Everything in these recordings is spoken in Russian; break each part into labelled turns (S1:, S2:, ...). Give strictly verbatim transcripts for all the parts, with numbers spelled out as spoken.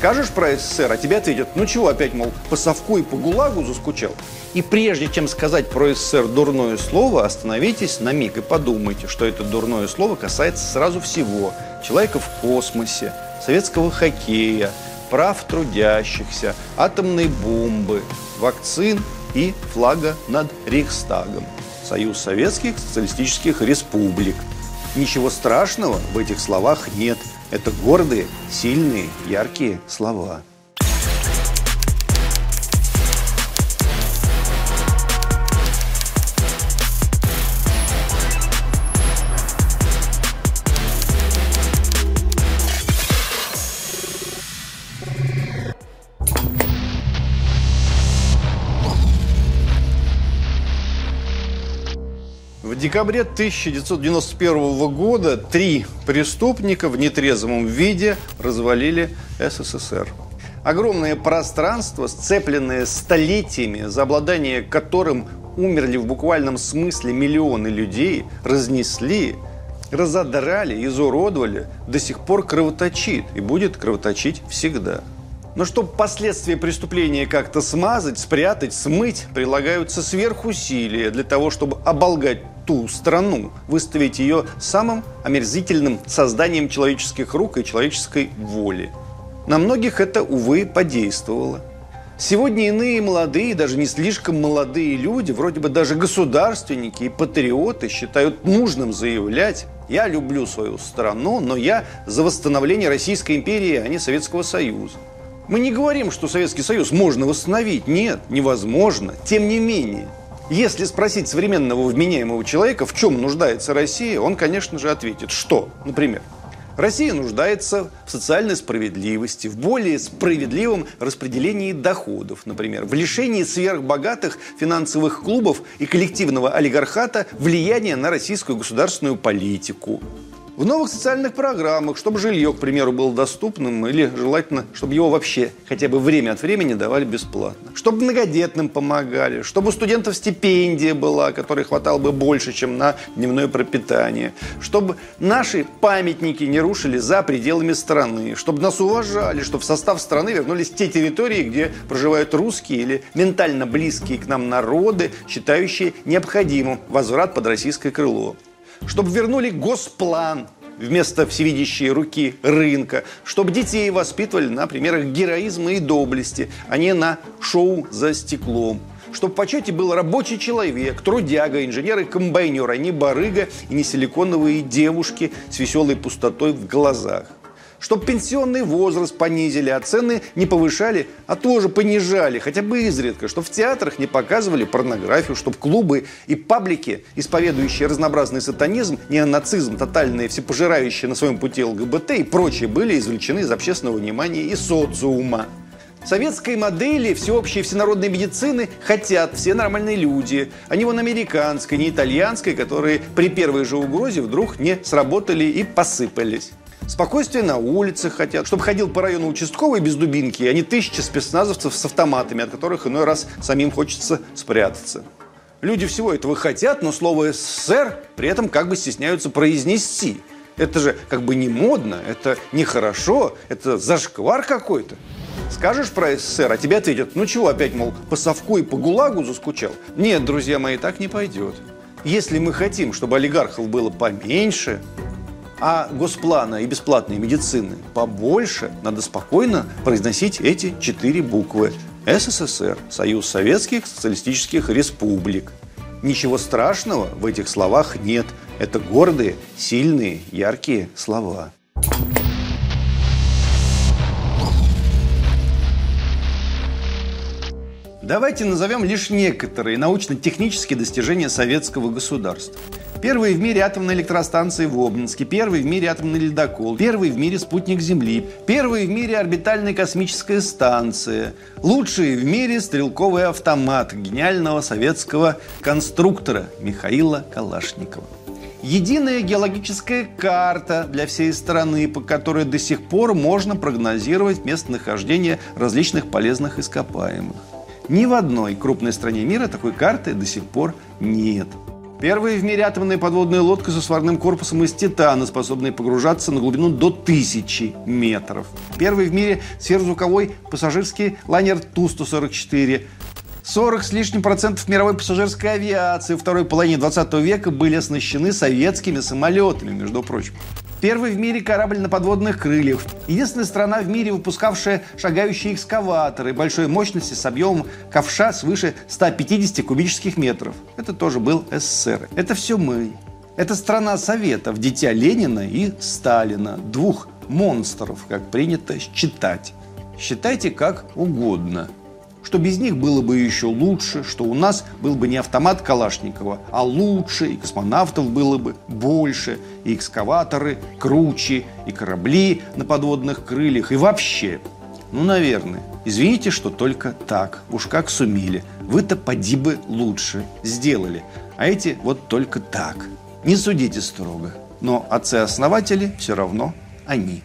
S1: Скажешь про СССР, а тебе ответят: ну чего опять, мол, по совку и по ГУЛАГу заскучал? И прежде чем сказать про СССР дурное слово, остановитесь на миг и подумайте, что это дурное слово касается сразу всего: человека в космосе, советского хоккея, прав трудящихся, атомной бомбы, вакцин и флага над Рейхстагом. Союз Советских Социалистических Республик. Ничего страшного в этих словах нет. Это гордые, сильные, яркие слова. В декабре тысяча девятьсот девяносто первого года три преступника в нетрезвом виде развалили СССР. Огромное пространство, сцепленное столетиями, за обладание которым умерли в буквальном смысле миллионы людей, разнесли, разодрали, изуродовали, до сих пор кровоточит и будет кровоточить всегда. Но чтобы последствия преступления как-то смазать, спрятать, смыть, прилагаются сверхусилия для того, чтобы оболгать ту страну, выставить ее самым омерзительным созданием человеческих рук и человеческой воли. На многих это, увы, подействовало. Сегодня иные молодые, даже не слишком молодые люди, вроде бы даже государственники и патриоты, считают нужным заявлять: я люблю свою страну, но я за восстановление Российской империи, а не Советского Союза. Мы не говорим, что Советский Союз можно восстановить. Нет, невозможно. Тем не менее, если спросить современного вменяемого человека, в чем нуждается Россия, он, конечно же, ответит, что, например, Россия нуждается в социальной справедливости, в более справедливом распределении доходов, например, в лишении сверхбогатых финансовых клубов и коллективного олигархата влияния на российскую государственную политику. В новых социальных программах, чтобы жилье, к примеру, было доступным, или желательно, чтобы его вообще хотя бы время от времени давали бесплатно. Чтобы многодетным помогали, чтобы у студентов стипендия была, которой хватало бы больше, чем на дневное пропитание. Чтобы наши памятники не рушили за пределами страны. Чтобы нас уважали, чтобы в состав страны вернулись те территории, где проживают русские или ментально близкие к нам народы, считающие необходимым возврат под российское крыло. Чтобы вернули госплан вместо всевидящей руки рынка, чтобы детей воспитывали на примерах героизма и доблести, а не на шоу за стеклом. Чтобы в почете был рабочий человек, трудяга, инженер и комбайнер, а не барыга и не силиконовые девушки с веселой пустотой в глазах. Чтобы пенсионный возраст понизили, а цены не повышали, а тоже понижали, хотя бы изредка. Чтобы в театрах не показывали порнографию, чтобы клубы и паблики, исповедующие разнообразный сатанизм, неонацизм, тотальные всепожирающие на своем пути ЛГБТ и прочие, были извлечены из общественного внимания и социума. Советской модели всеобщей всенародной медицины хотят все нормальные люди, а не вон американской, не итальянской, которые при первой же угрозе вдруг не сработали и посыпались. Спокойствие на улицах хотят, чтобы ходил по району участковый без дубинки, а не тысячи спецназовцев с автоматами, от которых иной раз самим хочется спрятаться. Люди всего этого хотят, но слово «СССР» при этом как бы стесняются произнести. Это же как бы не модно, это нехорошо, это зашквар какой-то. Скажешь про СССР, а тебе ответят: ну чего опять, мол, по совку и по ГУЛАГу заскучал? Нет, друзья мои, так не пойдет. Если мы хотим, чтобы олигархов было поменьше, а госплана и бесплатной медицины побольше, надо спокойно произносить эти четыре буквы: СССР, Союз Советских Социалистических Республик. Ничего страшного в этих словах нет. Это гордые, сильные, яркие слова. Давайте назовем лишь некоторые научно-технические достижения советского государства. Первые в мире атомные электростанции в Обнинске, первый в мире атомный ледокол, первый в мире спутник Земли, первый в мире орбитальная космическая станция, лучший в мире стрелковый автомат гениального советского конструктора Михаила Калашникова. Единая геологическая карта для всей страны, по которой до сих пор можно прогнозировать местонахождение различных полезных ископаемых. Ни в одной крупной стране мира такой карты до сих пор нет. Первая в мире атомная подводная лодка со сварным корпусом из титана, способная погружаться на глубину до тысячи метров. Первый в мире сверхзвуковой пассажирский лайнер Ту сто сорок четыре. сорок с лишним процентов мировой пассажирской авиации во второй половине двадцатого века были оснащены советскими самолетами, между прочим. Первый в мире корабль на подводных крыльях. Единственная страна в мире, выпускавшая шагающие экскаваторы большой мощности с объемом ковша свыше ста пятидесяти кубических метров. Это тоже был СССР. Это все мы. Это страна Советов, дитя Ленина и Сталина. Двух монстров, как принято считать. Считайте как угодно. Что без них было бы еще лучше, что у нас был бы не автомат Калашникова, а лучше, и космонавтов было бы больше, и экскаваторы круче, и корабли на подводных крыльях, и вообще. Ну, наверное. Извините, что только так. Уж как сумели. Вы-то поди бы лучше сделали. А эти вот только так. Не судите строго. Но отцы-основатели все равно они.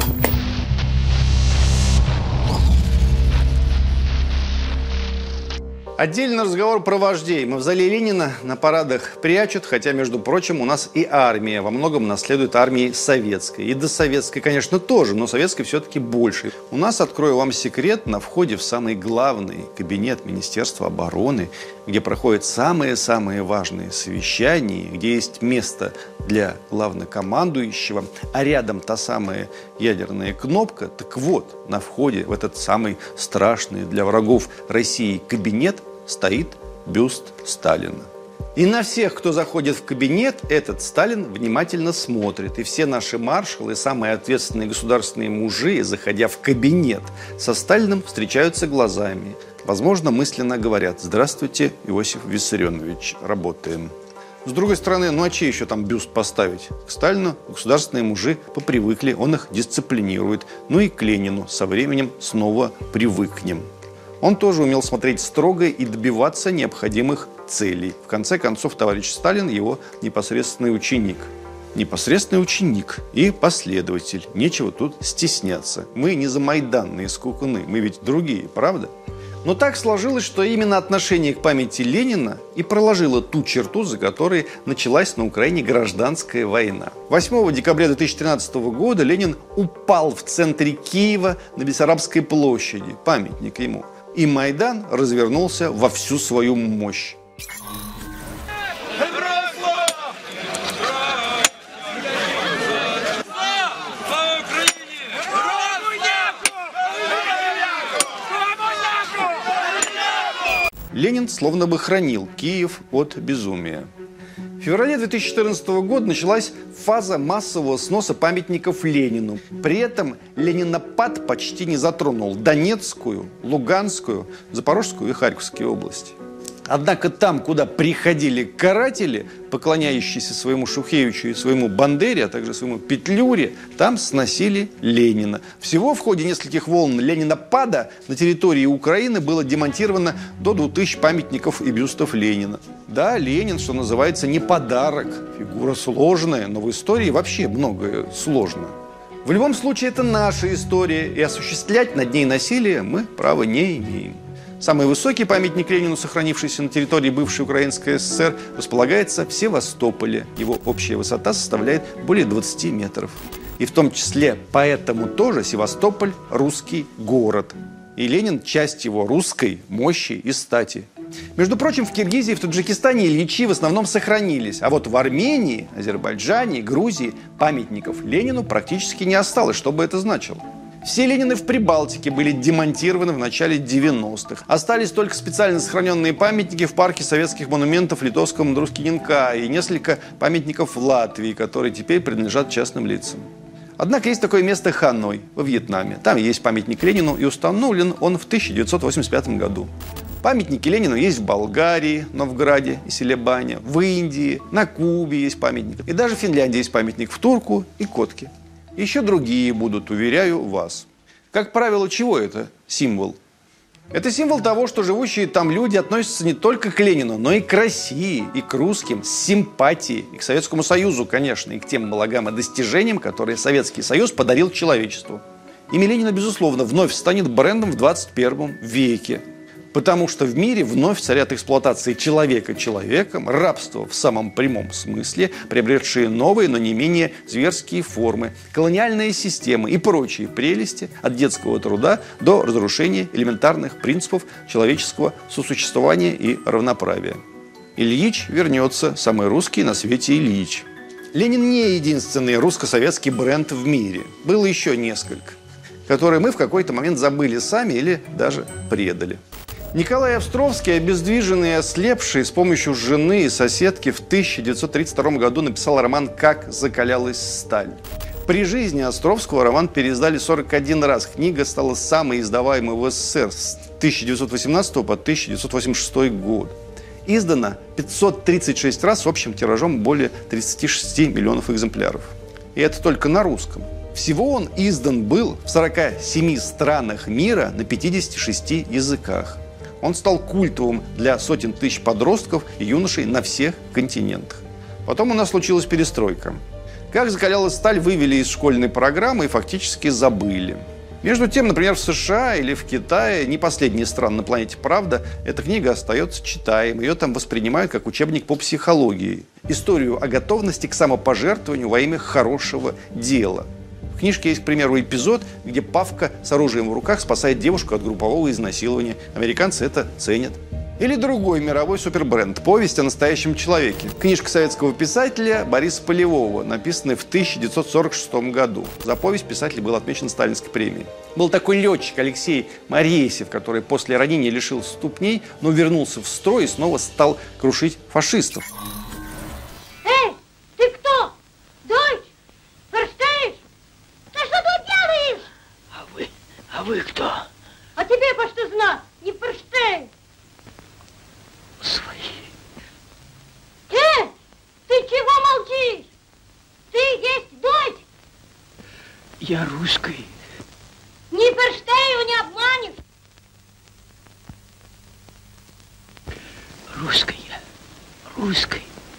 S1: Отдельный разговор про вождей. Мавзолей Ленина на парадах прячут, хотя, между прочим, у нас и армия во многом наследует армии советской. И досоветской, конечно, тоже, но советской все-таки больше. У нас, открою вам секрет, на входе в самый главный кабинет Министерства обороны, где проходят самые-самые важные совещания, где есть место для главнокомандующего, а рядом та самая ядерная кнопка. Так вот, на входе в этот самый страшный для врагов России кабинет стоит бюст Сталина. И на всех, кто заходит в кабинет, этот Сталин внимательно смотрит. И все наши маршалы, самые ответственные государственные мужи, заходя в кабинет со Сталиным, встречаются глазами. Возможно, мысленно говорят: «Здравствуйте, Иосиф Виссарионович, работаем». С другой стороны, ну а чей еще там бюст поставить? К Сталину государственные мужи попривыкли, он их дисциплинирует. Ну и к Ленину со временем снова привыкнем. Он тоже умел смотреть строго и добиваться необходимых целей. В конце концов, товарищ Сталин его непосредственный ученик. Непосредственный ученик и последователь. Нечего тут стесняться. Мы не замайданные скукуны, мы ведь другие, правда? Но так сложилось, что именно отношение к памяти Ленина и проложило ту черту, за которой началась на Украине гражданская война. восьмого декабря две тысячи тринадцатого года Ленин упал в центре Киева на Бессарабской площади, памятник ему. И Майдан развернулся во всю свою мощь. Ленин словно бы хранил Киев от безумия. В феврале две тысячи четырнадцатого года началась фаза массового сноса памятников Ленину. При этом ленинопад почти не затронул Донецкую, Луганскую, Запорожскую и Харьковскую области. Однако там, куда приходили каратели, поклоняющиеся своему Шухевичу и своему Бандере, а также своему Петлюре, там сносили Ленина. Всего в ходе нескольких волн ленинопада на территории Украины было демонтировано до двух тысяч памятников и бюстов Ленина. Да, Ленин, что называется, не подарок, фигура сложная, но в истории вообще многое сложно. В любом случае, это наша история, и осуществлять над ней насилие мы права не имеем. Самый высокий памятник Ленину, сохранившийся на территории бывшей Украинской ССР, располагается в Севастополе. Его общая высота составляет более двадцати метров. И в том числе поэтому тоже Севастополь – русский город. И Ленин – часть его русской мощи и стати. Между прочим, в Киргизии и в Таджикистане Ильичи в основном сохранились. А вот в Армении, Азербайджане, Грузии памятников Ленину практически не осталось. Что бы это значило? Все Ленины в Прибалтике были демонтированы в начале девяностых. Остались только специально сохраненные памятники в парке советских монументов в литовском Друскиненка и несколько памятников в Латвии, которые теперь принадлежат частным лицам. Однако есть такое место Ханой во Вьетнаме. Там есть памятник Ленину, и установлен он в тысяча девятьсот восемьдесят пятом году. Памятники Ленину есть в Болгарии, Новграде и Селебане, в Индии, на Кубе есть памятник. И даже в Финляндии есть памятник в Турку и Котке. Еще другие будут, уверяю вас. Как правило, чего это символ? Это символ того, что живущие там люди относятся не только к Ленину, но и к России, и к русским, с симпатией, и к Советскому Союзу, конечно, и к тем благам и достижениям, которые Советский Союз подарил человечеству. Имя Ленина, безусловно, вновь станет брендом в двадцать первом веке. Потому что в мире вновь царят эксплуатации человека человеком, рабство в самом прямом смысле, приобретшие новые, но не менее зверские формы, колониальные системы и прочие прелести от детского труда до разрушения элементарных принципов человеческого сосуществования и равноправия. Ильич вернется, самый русский на свете Ильич. Ленин не единственный русско-советский бренд в мире. Было еще несколько, которые мы в какой-то момент забыли сами или даже предали. Николай Островский, обездвиженный и ослепший, с помощью жены и соседки в тысяча девятьсот тридцать втором году написал роман «Как закалялась сталь». При жизни Островского роман переиздали сорок один раз. Книга стала самой издаваемой в СССР с тысяча девятьсот восемнадцатого по тысяча девятьсот восемьдесят шестой год. Издано пятьсот тридцать шесть раз с общим тиражом более тридцати шести миллионов экземпляров. И это только на русском. Всего он издан был в сорока семи странах мира на пятидесяти шести языках. Он стал культовым для сотен тысяч подростков и юношей на всех континентах. Потом у нас случилась перестройка. «Как закалялась сталь» вывели из школьной программы и фактически забыли. Между тем, например, в США или в Китае, не последняя страна на планете «Правда», эта книга остается читаемой. Ее там воспринимают как учебник по психологии. Историю о готовности к самопожертвованию во имя хорошего дела. В книжке есть, к примеру, эпизод, где Павка с оружием в руках спасает девушку от группового изнасилования. Американцы это ценят. Или другой мировой супербренд «Повесть о настоящем человеке». Книжка советского писателя Бориса Полевого, написанная в тысяча девятьсот сорок шестом году. За повесть писатель был отмечен Сталинской премией. Был такой летчик Алексей Моресьев, который после ранения лишился ступней, но вернулся в строй и снова стал крушить фашистов.
S2: Эй, ты кто? Дочь? Ферштейн? Ты что тут делаешь?
S3: А вы, а вы кто?
S2: А тебе по что знать? Не Ферштейн.
S3: Свои.
S2: Э, ты чего молчишь? Ты есть дочь?
S3: Я русский.
S2: Не Ферштейну не обманешь.
S3: Русский я. Русский.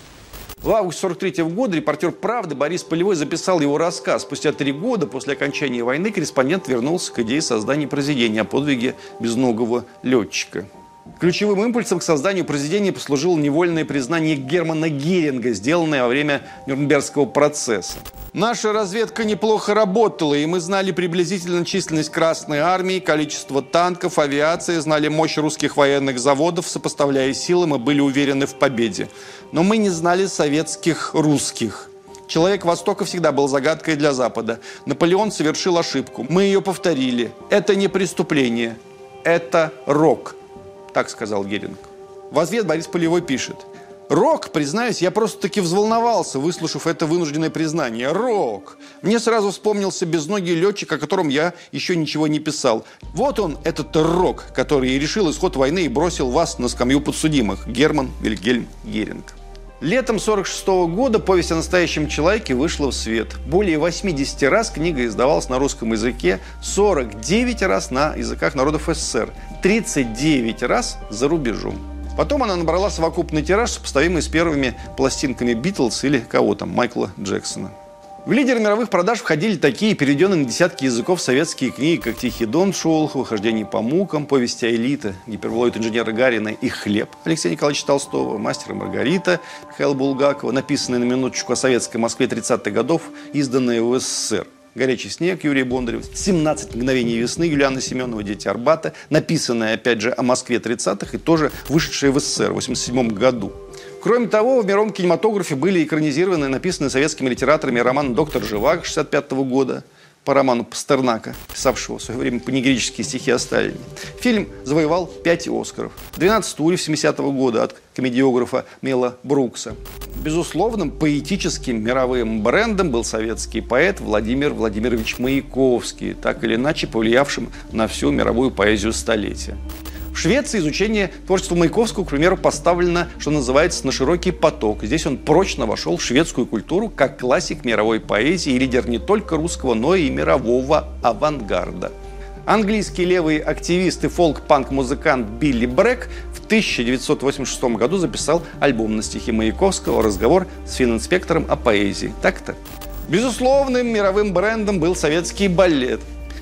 S1: В августе сорок третьего года репортер «Правды» Борис Полевой записал его рассказ. Спустя три года после окончания войны корреспондент вернулся к идее создания произведения о подвиге безногого летчика. Ключевым импульсом к созданию произведения послужило невольное признание Германа Геринга, сделанное во время Нюрнбергского процесса. Наша разведка неплохо работала, и мы знали приблизительно численность Красной Армии, количество танков, авиации, знали мощь русских военных заводов, сопоставляя силы, мы были уверены в победе. Но мы не знали советских русских. Человек Востока всегда был загадкой для Запада. Наполеон совершил ошибку. Мы ее повторили. Это не преступление, это рок. Так сказал Геринг. В ответ Борис Полевой пишет: «Рок, признаюсь, я просто-таки взволновался, выслушав это вынужденное признание. Рок! Мне сразу вспомнился безногий летчик, о котором я еще ничего не писал. Вот он, этот рок, который решил исход войны и бросил вас на скамью подсудимых. Герман Вильгельм Геринг». Летом сорок шестого года «Повесть о настоящем человеке» вышла в свет. Более восьмидесяти раз книга издавалась на русском языке, сорок девять раз на языках народов СССР, тридцать девять раз за рубежом. Потом она набрала совокупный тираж, сопоставимый с первыми пластинками «Битлз» или кого там, Майкла Джексона. В лидеры мировых продаж входили такие переведенные на десятки языков советские книги, как «Тихий дон» Шолохова, «Хождение по мукам», «Повесть о элите», «Гиперболоид инженера Гарина» и «Хлеб» Алексея Николаевича Толстого, «Мастер и Маргарита» Михаила Булгакова, написанные на минуточку о советской Москве тридцатых годов, изданные в СССР. «Горячий снег» Юрия Бондарева, «семнадцать мгновений весны» Юлианы Семеновой, «Дети Арбата», написанная, опять же, о Москве тридцатых и тоже вышедшая в СССР в восемьдесят седьмом году. Кроме того, в мировом кинематографе были экранизированы и написаны советскими литераторами роман «Доктор Живаго» шестьдесят пятого года по роману Пастернака, писавшего в свое время панегирические стихи о Сталине. Фильм завоевал пять Оскаров. «двенадцать стульев» семидесятого года от комедиографа Мела Брукса. Безусловным поэтическим мировым брендом был советский поэт Владимир Владимирович Маяковский, так или иначе повлиявшим на всю мировую поэзию столетия. В Швеции изучение творчества Маяковского, к примеру, поставлено, что называется, на широкий поток. Здесь он прочно вошел в шведскую культуру как классик мировой поэзии и лидер не только русского, но и мирового авангарда. Английский левый активист и фолк-панк-музыкант Билли Брэк в тысяча девятьсот восемьдесят шестом году записал альбом на стихи Маяковского «Разговор с фининспектором о поэзии». Так-то. Безусловным мировым брендом был советский балет.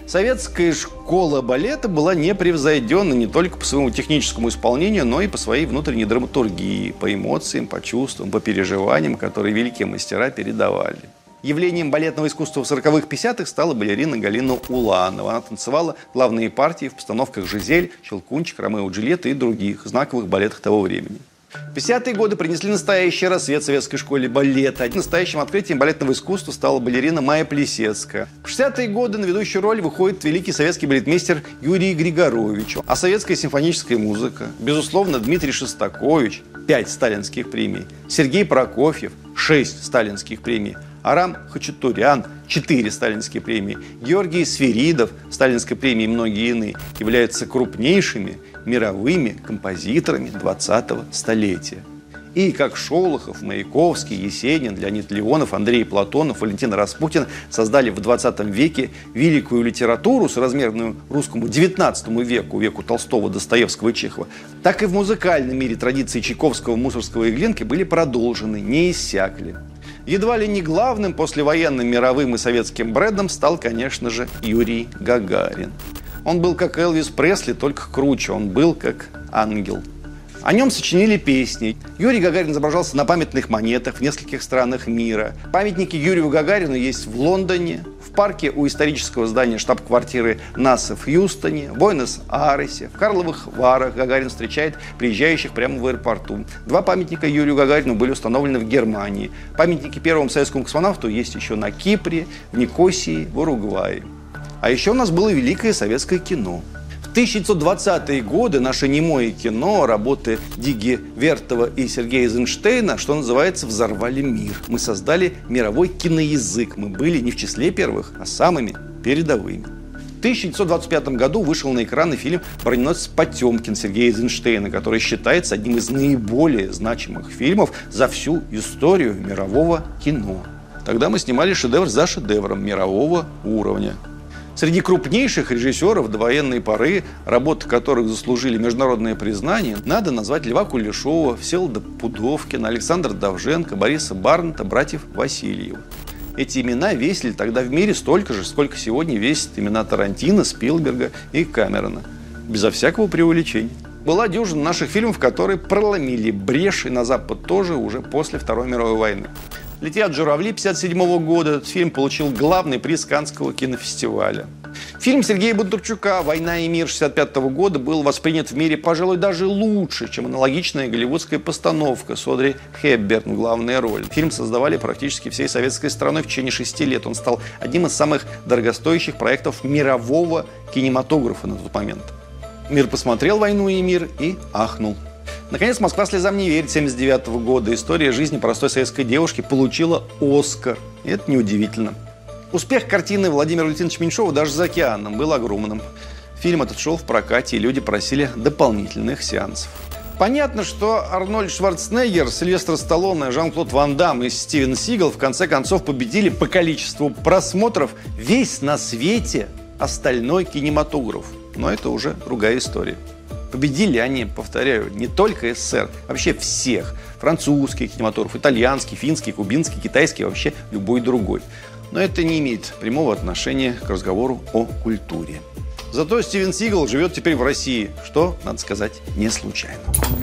S1: Советская школа балета была непревзойденна не только по своему техническому исполнению, но и по своей внутренней драматургии, по эмоциям, по чувствам, по переживаниям, которые великие мастера передавали. Явлением балетного искусства в сороковых-пятидесятых стала балерина Галина Уланова. Она танцевала главные партии в постановках «Жизель», «Щелкунчик», «Ромео и Джульетта» и других знаковых балетах того времени. В пятидесятые годы принесли настоящий рассвет в советской школе балета. Настоящим открытием балетного искусства стала балерина Майя Плисецкая. В шестидесятые годы на ведущую роль выходит великий советский балетмейстер Юрий Григорович. А советская симфоническая музыка, безусловно, Дмитрий Шостакович, пять сталинских премий, Сергей Прокофьев, шесть сталинских премий, Арам Хачатурян, четыре сталинские премии, Георгий Сферидов, сталинской премии и многие иные, являются крупнейшими мировыми композиторами двадцатого столетия. И как Шолохов, Маяковский, Есенин, Леонид Леонов, Андрей Платонов, Валентин Распутин создали в двадцатом веке великую литературу, соразмерную русскому девятнадцатому веку, веку Толстого, Достоевского и Чехова, так и в музыкальном мире традиции Чайковского, Мусорского и Гленки были продолжены, не иссякли. Едва ли не главным послевоенным мировым и советским брендом стал, конечно же, Юрий Гагарин. Он был как Элвис Пресли, только круче. Он был как ангел. О нем сочинили песни. Юрий Гагарин изображался на памятных монетах в нескольких странах мира. Памятники Юрию Гагарину есть в Лондоне, в парке у исторического здания штаб-квартиры НАСА в Хьюстоне, в Буэнос-Айресе, в Карловых Варах Гагарин встречает приезжающих прямо в аэропорту. Два памятника Юрию Гагарину были установлены в Германии. Памятники первому советскому космонавту есть еще на Кипре, в Никосии, в Уругвае. А еще у нас было великое советское кино. В тысяча девятьсот двадцатые годы наше немое кино, работы Диги Вертова и Сергея Эйзенштейна, что называется, взорвали мир. Мы создали мировой киноязык. Мы были не в числе первых, а самыми передовыми. В тысяча девятьсот двадцать пятом году вышел на экраны фильм «Броненосец Потемкин» Сергея Эйзенштейна, который считается одним из наиболее значимых фильмов за всю историю мирового кино. Тогда мы снимали шедевр за шедевром мирового уровня. Среди крупнейших режиссеров довоенной поры, работы которых заслужили международное признание, надо назвать Льва Кулешова, Всеволода Пудовкина, Александра Довженко, Бориса Барнта, братьев Васильевых. Эти имена весили тогда в мире столько же, сколько сегодня весят имена Тарантино, Спилберга и Камерона. Безо всякого преувеличения. Была дюжина наших фильмов, которые проломили брешь, и на Запад тоже, уже после Второй мировой войны. «Летят журавли» пятьдесят седьмого года. Этот фильм получил главный приз Каннского кинофестиваля. Фильм Сергея Бондарчука «Война и мир» шестьдесят пятого года был воспринят в мире, пожалуй, даже лучше, чем аналогичная голливудская постановка с Одри Хепберн в главной роли. Фильм создавали практически всей советской страной в течение шести лет. Он стал одним из самых дорогостоящих проектов мирового кинематографа на тот момент. Мир посмотрел «Войну и мир» и ахнул. Наконец, «Москва слезам не верит» семьдесят девятого года. История жизни простой советской девушки получила «Оскар». И это неудивительно. Успех картины Владимира Валентиновича Меньшова даже за океаном был огромным. Фильм этот шел в прокате, и люди просили дополнительных сеансов. Понятно, что Арнольд Шварценеггер, Сильвестр Сталлоне, Жан-Клод Ван Дамм и Стивен Сигал в конце концов победили по количеству просмотров весь на свете остальной кинематограф. Но это уже другая история. Победили они, повторяю, не только СССР, вообще всех. Французский кинематограф, итальянский, финский, кубинский, китайский, вообще любой другой. Но это не имеет прямого отношения к разговору о культуре. Зато Стивен Сигал живет теперь в России, что, надо сказать, не случайно.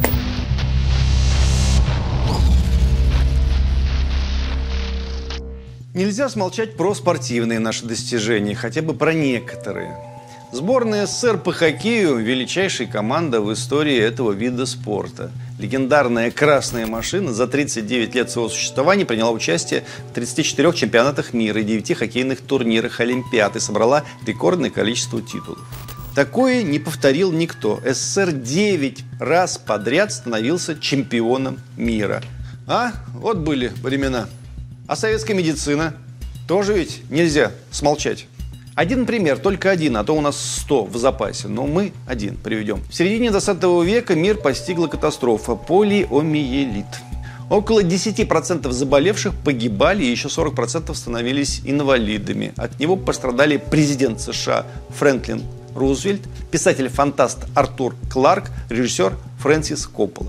S1: Нельзя смолчать про спортивные наши достижения, хотя бы про некоторые. Сборная СССР по хоккею – величайшая команда в истории этого вида спорта. Легендарная «Красная машина» за тридцать девять лет своего существования приняла участие в тридцати четырёх чемпионатах мира и девяти хоккейных турнирах Олимпиад и собрала рекордное количество титулов. Такое не повторил никто. СССР девять раз подряд становился чемпионом мира. А? Вот были времена. А советская медицина? Тоже ведь нельзя смолчать. Один пример, только один, а то у нас сто в запасе, но мы один приведем. В середине двадцатого века мир постигла катастрофа – полиомиелит. Около десяти процентов заболевших погибали, и еще сорок процентов становились инвалидами. От него пострадали президент США Фрэнклин Рузвельт, писатель-фантаст Артур Кларк, режиссер Фрэнсис Коппола.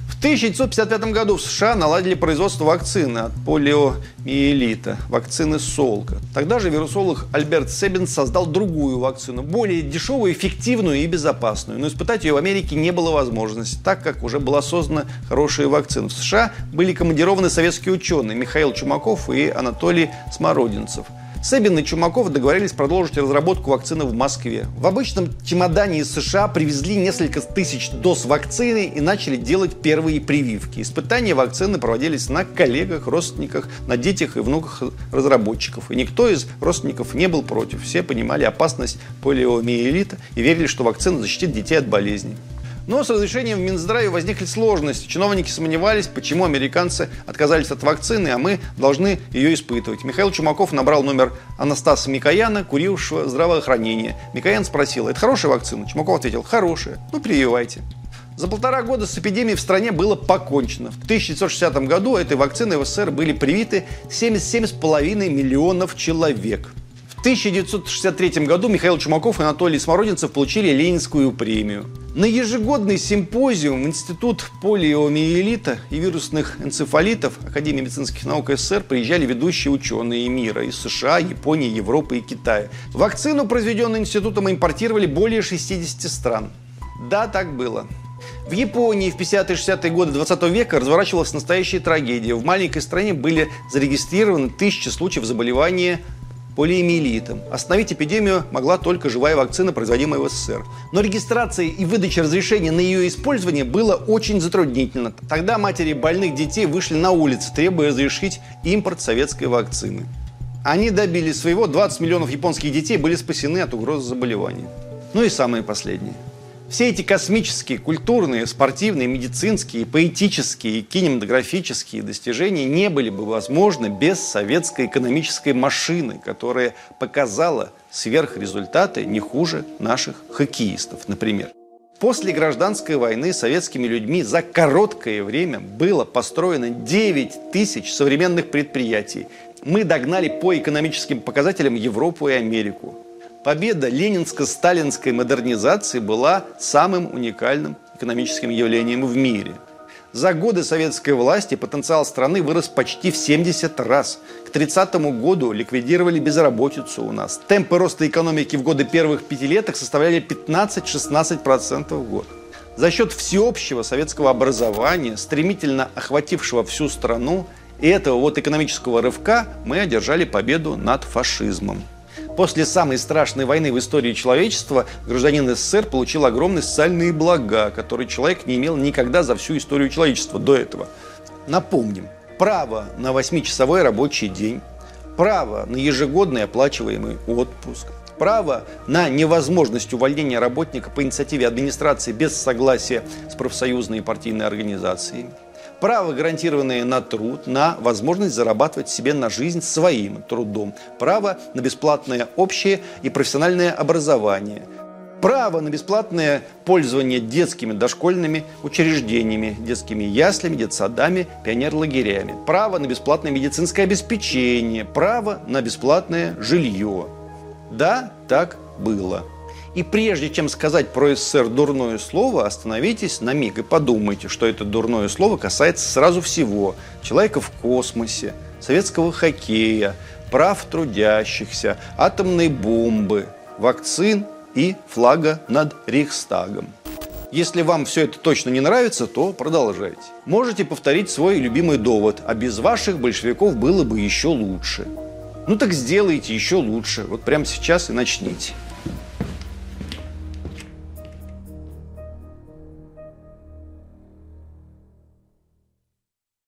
S1: В тысяча девятьсот пятьдесят пятом году в США наладили производство вакцины от полиомиелита, вакцины Солка. Тогда же вирусолог Альберт Себин создал другую вакцину, более дешевую, эффективную и безопасную. Но испытать ее в Америке не было возможности, так как уже была создана хорошая вакцина. В США были командированы советские ученые Михаил Чумаков и Анатолий Смородинцев. Себин и Чумаков договорились продолжить разработку вакцины в Москве. В обычном чемодане из США привезли несколько тысяч доз вакцины и начали делать первые прививки. Испытания вакцины проводились на коллегах, родственниках, на детях и внуках разработчиков. И никто из родственников не был против. Все понимали опасность полиомиелита и верили, что вакцина защитит детей от болезней. Но с разрешением в Минздраве возникли сложности. Чиновники сомневались, почему американцы отказались от вакцины, а мы должны ее испытывать. Михаил Чумаков набрал номер Анастаса Микояна, курившего здравоохранение. Микоян спросил: это хорошая вакцина? Чумаков ответил: хорошая. Ну, прививайте. За полтора года с эпидемией в стране было покончено. В тысяча девятьсот шестидесятом году этой вакциной в СССР были привиты семьдесят семь с половиной миллионов человек. В тысяча девятьсот шестьдесят третьем году Михаил Чумаков и Анатолий Смородинцев получили Ленинскую премию. На ежегодный симпозиум Институт полиомиелита и вирусных энцефалитов Академии медицинских наук СССР приезжали ведущие ученые мира из США, Японии, Европы и Китая. Вакцину, произведенную институтом, импортировали более шестидесяти стран. Да, так было. В Японии в пятидесятые-шестидесятые годы двадцатого века разворачивалась настоящая трагедия. В маленькой стране были зарегистрированы тысячи случаев заболевания полиомиелитом. Остановить эпидемию могла только живая вакцина, производимая в СССР. Но регистрация и выдача разрешения на ее использование было очень затруднительно. Тогда матери больных детей вышли на улицы, требуя разрешить импорт советской вакцины. Они добились своего, двадцать миллионов японских детей были спасены от угрозы заболевания. Ну и самое последнее. Все эти космические, культурные, спортивные, медицинские, поэтические и кинематографические достижения не были бы возможны без советской экономической машины, которая показала сверхрезультаты не хуже наших хоккеистов, например. После гражданской войны советскими людьми за короткое время было построено девять тысяч современных предприятий. Мы догнали по экономическим показателям Европу и Америку. Победа ленинско-сталинской модернизации была самым уникальным экономическим явлением в мире. За годы советской власти потенциал страны вырос почти в семьдесят раз. К тридцатому году ликвидировали безработицу у нас. Темпы роста экономики в годы первых пятилеток составляли пятнадцать-шестнадцать процентов в год. За счет всеобщего советского образования, стремительно охватившего всю страну, и этого вот экономического рывка мы одержали победу над фашизмом. После самой страшной войны в истории человечества гражданин СССР получил огромные социальные блага, которые человек не имел никогда за всю историю человечества до этого. Напомним: право на восьмичасовой рабочий день, право на ежегодный оплачиваемый отпуск, право на невозможность увольнения работника по инициативе администрации без согласия с профсоюзной и партийной организацией, право, гарантированное на труд, на возможность зарабатывать себе на жизнь своим трудом, право на бесплатное общее и профессиональное образование, право на бесплатное пользование детскими дошкольными учреждениями, детскими яслями, детсадами, пионерлагерями, право на бесплатное медицинское обеспечение, право на бесплатное жилье. Да, так было. И прежде чем сказать про СССР дурное слово, остановитесь на миг и подумайте, что это дурное слово касается сразу всего: человека в космосе, советского хоккея, прав трудящихся, атомной бомбы, вакцин и флага над Рейхстагом. Если вам все это точно не нравится, то продолжайте. Можете повторить свой любимый довод: а без ваших большевиков было бы еще лучше. Ну так сделайте еще лучше, вот прямо сейчас и начните.